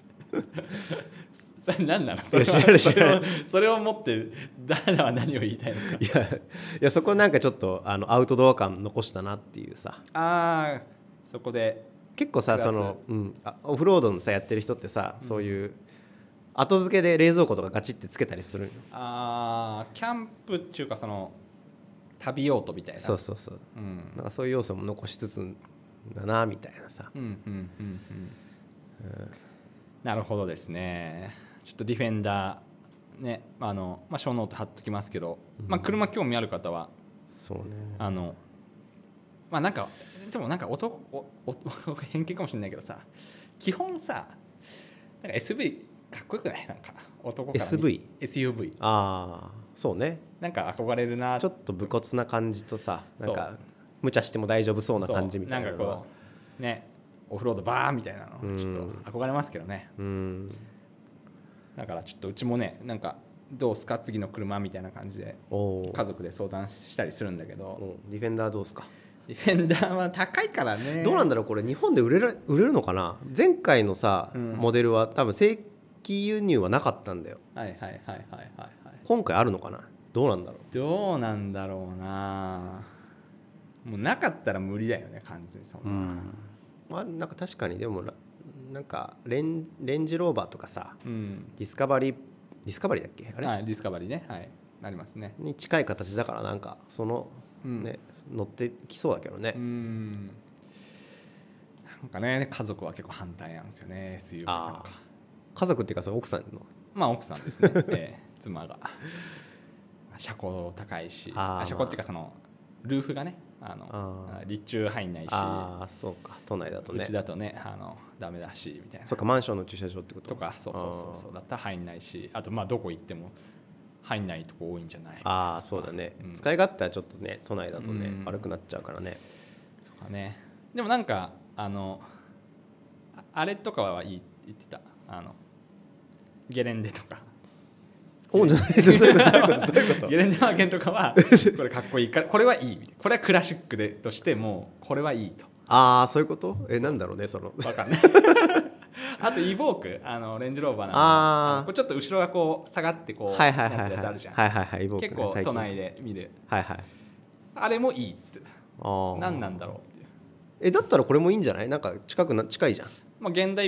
それ何なのそれはそれをそれを持って誰は何を言いたいのかいやいやそこなんかちょっとあのアウトドア感残したなっていうさあそこで結構さその、うん、あオフロードのさやってる人ってさ、うん、そういう後付けで冷蔵庫とかガチってつけたりするあキャンプっていうかその旅用途みたいなそうそうそう、うん、なんかそういう要素も残しつつだなみたいなさ、うんうんうんうんうん、なるほどですねちょっとディフェンダーねあの、まあ、ショーノート貼っときますけど、うんまあ、車興味ある方はそうねあのまあなんかでもなんか男おお偏見かもしれないけどさ基本さなんか エスユーブイ かっこよくないなんか男からエスブイエスユーブイああそうねなんか憧れるなちょっと武骨な感じとさなんか無茶しても大丈夫そうな感じみたいなのはなんかこうねオフロードバーみたいなのちょっと憧れますけどねうんだからちょっとうちもねなんかどうすか次の車みたいな感じで家族で相談したりするんだけどディフェンダーどうすかディフェンダーは高いからねどうなんだろうこれ日本で売れる、売れるのかな前回のさ、うん、モデルは多分正規輸入はなかったんだよはいはいはいはいはい、はい、 今回あるのかなどうなんだろうどうなんだろうなもうなかったら無理だよね完全にそんな、うんまあ、なんか確かにでもなんかレ ン, レンジローバーとかさ、うん、ディスカバリーディスカバリーだっけあれ、 はい、ディスカバリーねはいありますねに近い形だからなんかそのね、うん、乗ってきそうだけどねうんなんかね家族は結構反対なんですよね エスユーブイ なんか家族っていうかその奥さんのまあ奥さんですね、えー、妻が車高高いしあ車高っていうかそのルーフがねあのあ立中入んないしあそうか都内だとねうちだとねあのダメだしみたいなそうかマンションの駐車場ってこととかそうそうそうそうだったら入んないしあとまあどこ行っても入んないとこ多いんじゃないああそうだね、うん、使い勝手はちょっとね都内だとね、うん、悪くなっちゃうからねそうかねでもなんかあのあれとかはいいって言ってたあのゲレンデとかおどういうことゲレンデマーケンとかはこれかっこいいからこれはいいみたいなこれはクラシックでとしてもこれはいいとああそういうことえなんだろうねその分かんないあとイボークあのレンジローバーのあこれちょっと後ろがこう下がってこうはいはいはいなってるやつあるじゃんはいはいはいイボーク、 ね、結構都内で見るはいはいあれもいいっつってたあ何なんだろうっていうえだったらこれもいいんじゃないなんか近くな近いじゃんまあ現代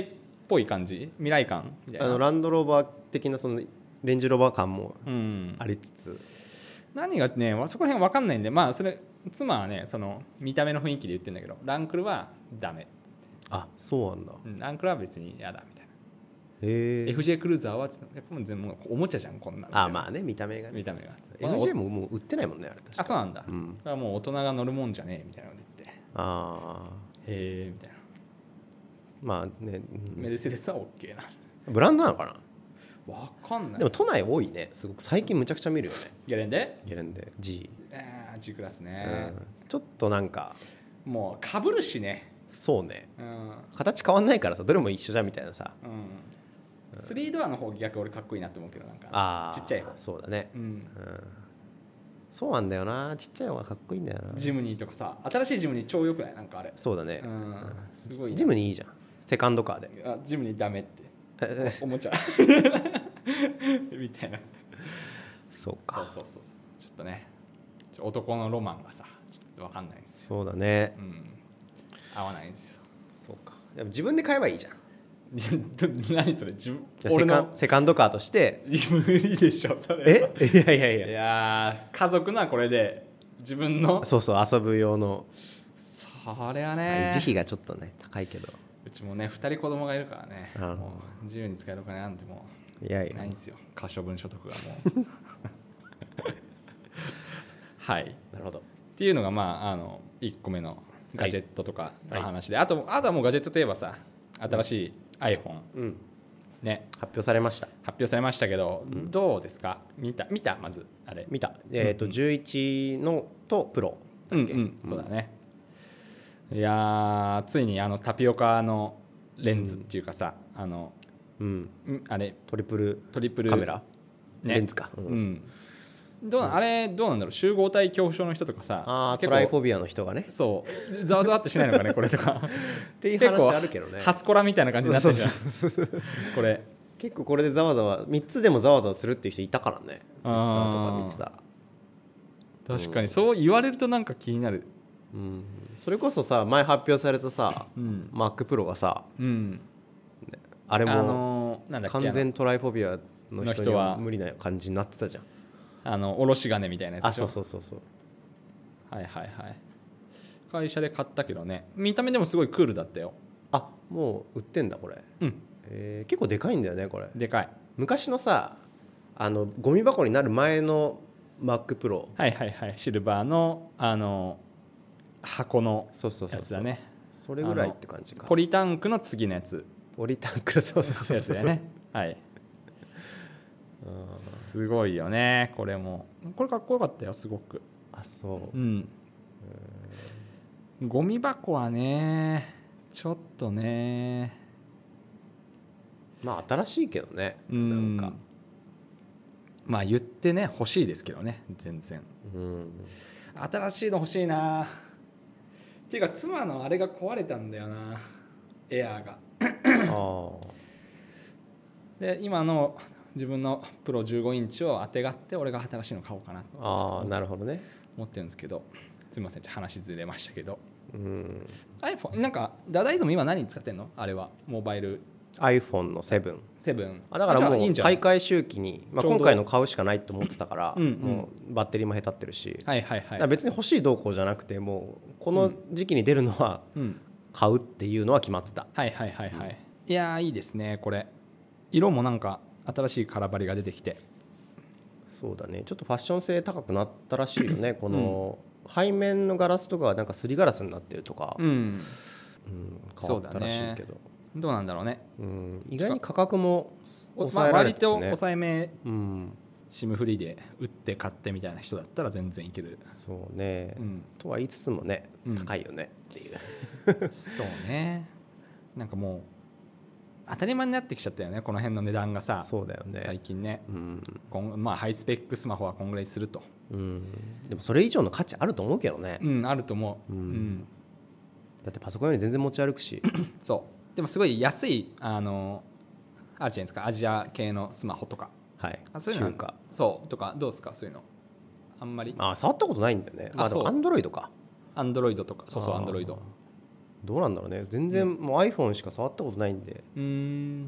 ぽい感じ、未来感みたいな。 あのランドローバー的なそのレンジローバー感もありつつ、うん、 何がねそこら辺分かんないんで、まあそれ妻はねその見た目の雰囲気で言ってるんだけど、ランクルはダメ。 あ、そうなんだ、 うん、ランクルは別に嫌だみたいな。 へえ。 エフジェー クルーザーはもう全部おもちゃじゃんこんな。 あ、まあね、見た目が、ね、 見た目がエフジェー ももう売ってないもんね、あれ確か。 あ、そうなんだ、 うん、 それはもう大人が乗るもんじゃねえみたいなので言って、 ああ、 へえみたいな。 まあね、 うん、メルセデスは OK なブランドなのかな、 わかんない。 でも都内多いね、すごく最近むちゃくちゃ見るよね。 ゲレンデゲレンデ G、 あー G クラスね、 うん、ちょっとなんかもうかぶるしね。 そうね、 うん、 形変わんないからさ、どれも一緒じゃんみたいなさ、 うん、スリードアの方逆俺かっこいいなって思うけど、なんかあちっちゃい方。 そうだね、 うん、うん、 そうなんだよな、ちっちゃい方がかっこいいんだよな。 ジムニーとかさ、新しいジムニー超良くない？なんかあれ。 そうだね、 うん、すごい。 ジムニーいいじゃん、セカンドカーで。 あ、ジムニーダメっておもちゃみたいな。 そうか。 そうそうそうそう、ちょっとね、男のロマンがさちょっと分かんないんですよ。 そうだね、 うん、合わないんですよ。 そうか。でも自分で買えばいいじゃん。 何それ、自分俺のセカンドカーとして。 無理でしょそれは。 えいやいやいやいや家族のはこれで自分のそうそう遊ぶ用の。 それはね、 維持費がちょっとね高いけど、 うちもねふたり子供がいるからね、 うん、 もう自由に使えるお金なんてもういやいやないんですよ、可処分所得がもうはい、 なるほど。 っていうのがまああのいっこめのガジェットとかの話で、はい、あとあとはもうガジェットといえばさ、新しい iPhone、うん、ね、 発表されました。 発表されましたけど、うん、どうですか？見た見たまずあれ見た、えーとうんうん、じゅういちのとプロだっけ、うんうん、 そうだね。いやついにあのタピオカのレンズっていうかさ、うん、あの、うん、あれトリプルトリプルカメラ、 ね、 レンズか、 うんうん、どうあれどうなんだろう、集合体恐怖症の人とかさ、 あトライフォビアの人がね、 そうざわざわってしないのかねこれとかっていう話あるけどね、 ハスコラみたいな感じになってるじゃんこれ結構これでざわざわみっつでもざわざわするっていう人いたからね、ツイッターとか見てたら。 確かにそう言われるとなんか気になる、 うん、それこそさ前発表されたさ、うん、Mac Pro がさ、うん、あれも、あのー、なんだっけ、完全トライフォビアの人には無理な感じになってたじゃん、 あのおろし金みたいなやつでしょ。 あ、そうそうそうそう、 はいはいはい、会社で買ったけどね、見た目でもすごいクールだったよ。 あ、もう売ってんだこれ、うん、えー、結構でかいんだよねこれ。 でかい。 昔のさ、あのゴミ箱になる前の Mac Pro、 はいはいはい、シルバーのあの箱のやつだね。そうそうそうそう、 それぐらいって感じか。 ポリタンクの次のやつ、 ポリタンクのそうそうそうそうやつだよねはい、すごいよねこれも。これかっこよかったよすごく。 あ、そう、 うん、ゴミ箱はねちょっとね、 まあ新しいけどね、 うん、なんかまあ言ってね欲しいですけどね全然、うん、新しいの欲しいなっていうか妻のあれが壊れたんだよな、エアーがあで今の自分のプロじゅうごインチをあてがって俺が新しいの買おうかなってあなるほどね思ってるんですけど、すみません話ずれましたけど、うん、iPhone なんかダダイズも今何使ってんの？あれはモバイル iPhone のセブン。 セブン。 あだからもう買い替え周期に、まあ、今回の買うしかないと思ってたから、うん、もうバッテリーもへたってるし、はいはいはい、別に欲しいどうこうじゃなくてもうこの時期に出るのは買うっていうのは決まってた、 うん、はいはいはいはい、うん、いやーいいですねこれ。色もなんか新しいカラバリが出てきて、 そうだね、ちょっとファッション性高くなったらしいよねこの、うん、背面のガラスとかはなんかすりガラスになってるとか、うんうん、変わったらしいけど、ね、 どうなんだろうね、 うん、意外に価格も抑えられてて、ね、 まあ、割と抑えめ、うん、シムフリーで売って買ってみたいな人だったら全然いける。 そうね、うん、とは言いつつもね、うん、高いよねっていうそうね、なんかもう当たり前になってきちゃったよねこの辺の値段がさ。 そうだよね最近ね、うん、まあハイスペックスマホはこんぐらいすると、 うん、でもそれ以上の価値あると思うけどね。 うんあると思う、うんうん、 だってパソコンより全然持ち歩くしそうでもすごい安いあのあるじゃないですかアジア系のスマホとか、 はい、 あそういうの中華そうとかどうですかそういうの。あんまりあ触ったことないんだよね。あでもアンドロイドか。 アンドロイドとかそうそうアンドロイドどうなんだろうね全然もう iPhone しか触ったことないんで、 うん、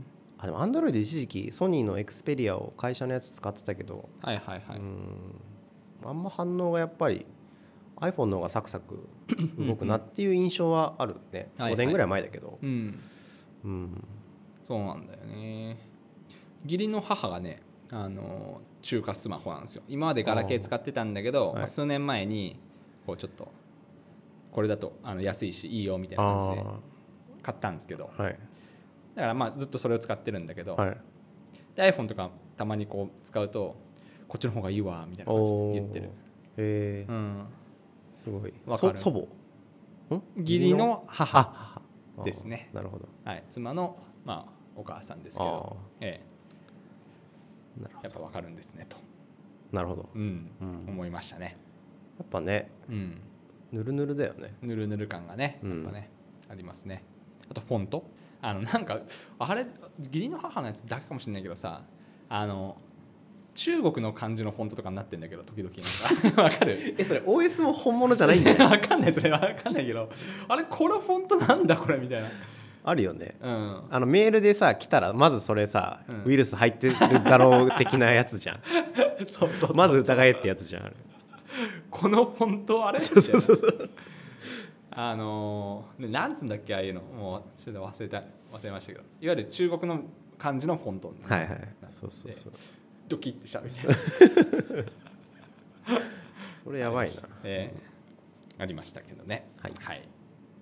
あでも Android 一時期ソニーの Xperia を会社のやつ使ってたけど、 はいはいはい、 うんあんま反応がやっぱり iPhone の方がサクサク動くなっていう印象はあるねごねんぐらい前だけど、 はいはいうんうん、そうなんだよね。義理の母がねあの中華スマホなんですよ。今までガラケー使ってたんだけど、はいまあ、数年前にこうちょっとこれだとあの安いしいいよみたいな感じで買ったんですけど、はい、だからまあずっとそれを使ってるんだけど、はい、で iPhone とかたまにこう使うとこっちの方がいいわみたいな感じで言ってる。 へー、うん、すごい。 わかる。 祖母ん義理の母ですね。 なるほど、 はい、妻の、まあ、お母さんですけど、ええ、なるほどやっぱ分かるんですねと。 なるほど、 うんうん、思いましたね。 やっぱね、うん、ぬるぬるだよね。 ぬるぬる感がねやっぱね、うん、ありますね。あとフォントあのなんかあれ義理の母のやつだけかもしれないけどさあの中国の漢字のフォントとかになってんだけど時々なんかわかるえそれ オーエス も本物じゃないんだよわかんないそれわかんないけどあれこのフォントなんだこれみたいなあるよね、 うん、 あのメールでさ来たらまずそれさ、うん、ウイルス入ってるだろう的なやつじゃんそうそうそうそうまず疑えってやつじゃんあれこのフォントあれそうそうそうあのー、なんつうんだっけああいうのもうちょっと忘れた忘れましたけどいわゆる中国の漢字のフォント、ね、 はいはいそうそうそうドキッてしたみたいなそれやばいな、 えー、ありましたけどねはいはい、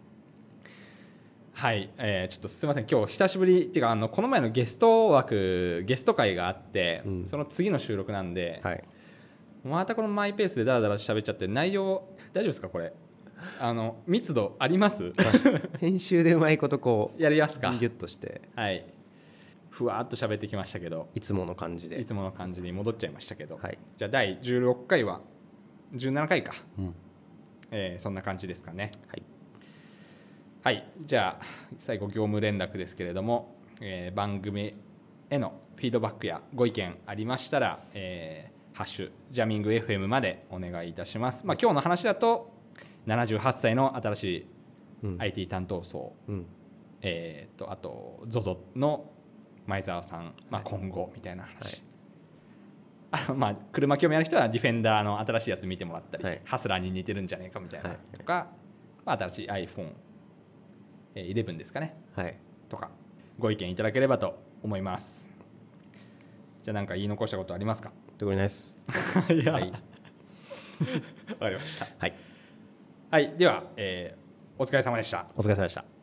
はいえー、ちょっとすみません今日久しぶりっていうかあのこの前のゲスト枠ゲスト会があって、うん、その次の収録なんで、はい、またこのマイペースでダラダラ喋っちゃって内容大丈夫ですかこれあの密度あります編集でうまいことこうやりますかギュッとしてはいふわっと喋ってきましたけどいつもの感じでいつもの感じに戻っちゃいましたけど、 はい、 じゃあだいじゅうろっかいはじゅうななかいか、うんえー、そんな感じですかねはい、はい、じゃあ最後業務連絡ですけれども、えー、番組へのフィードバックやご意見ありましたら、えー、ハッシュジャミング エフエム までお願いいたします、まあ、今日の話だとななじゅうはっさいの新しい アイティー 担当層、うんえー、とあと ゾゾ の前澤さん、まあ、今後みたいな話、はい、あのまあ車興味ある人はディフェンダーの新しいやつ見てもらったり、はい、ハスラーに似てるんじゃねえかみたいなとか、はいまあ、新しい アイフォンイレブン ですかね、はい、とかご意見いただければと思います。じゃあ何か言い残したことありますか？ 特にないです。 いや、はい、わかりました。はい、はい、では、えー、お疲れ様でした。 お疲れ様でした。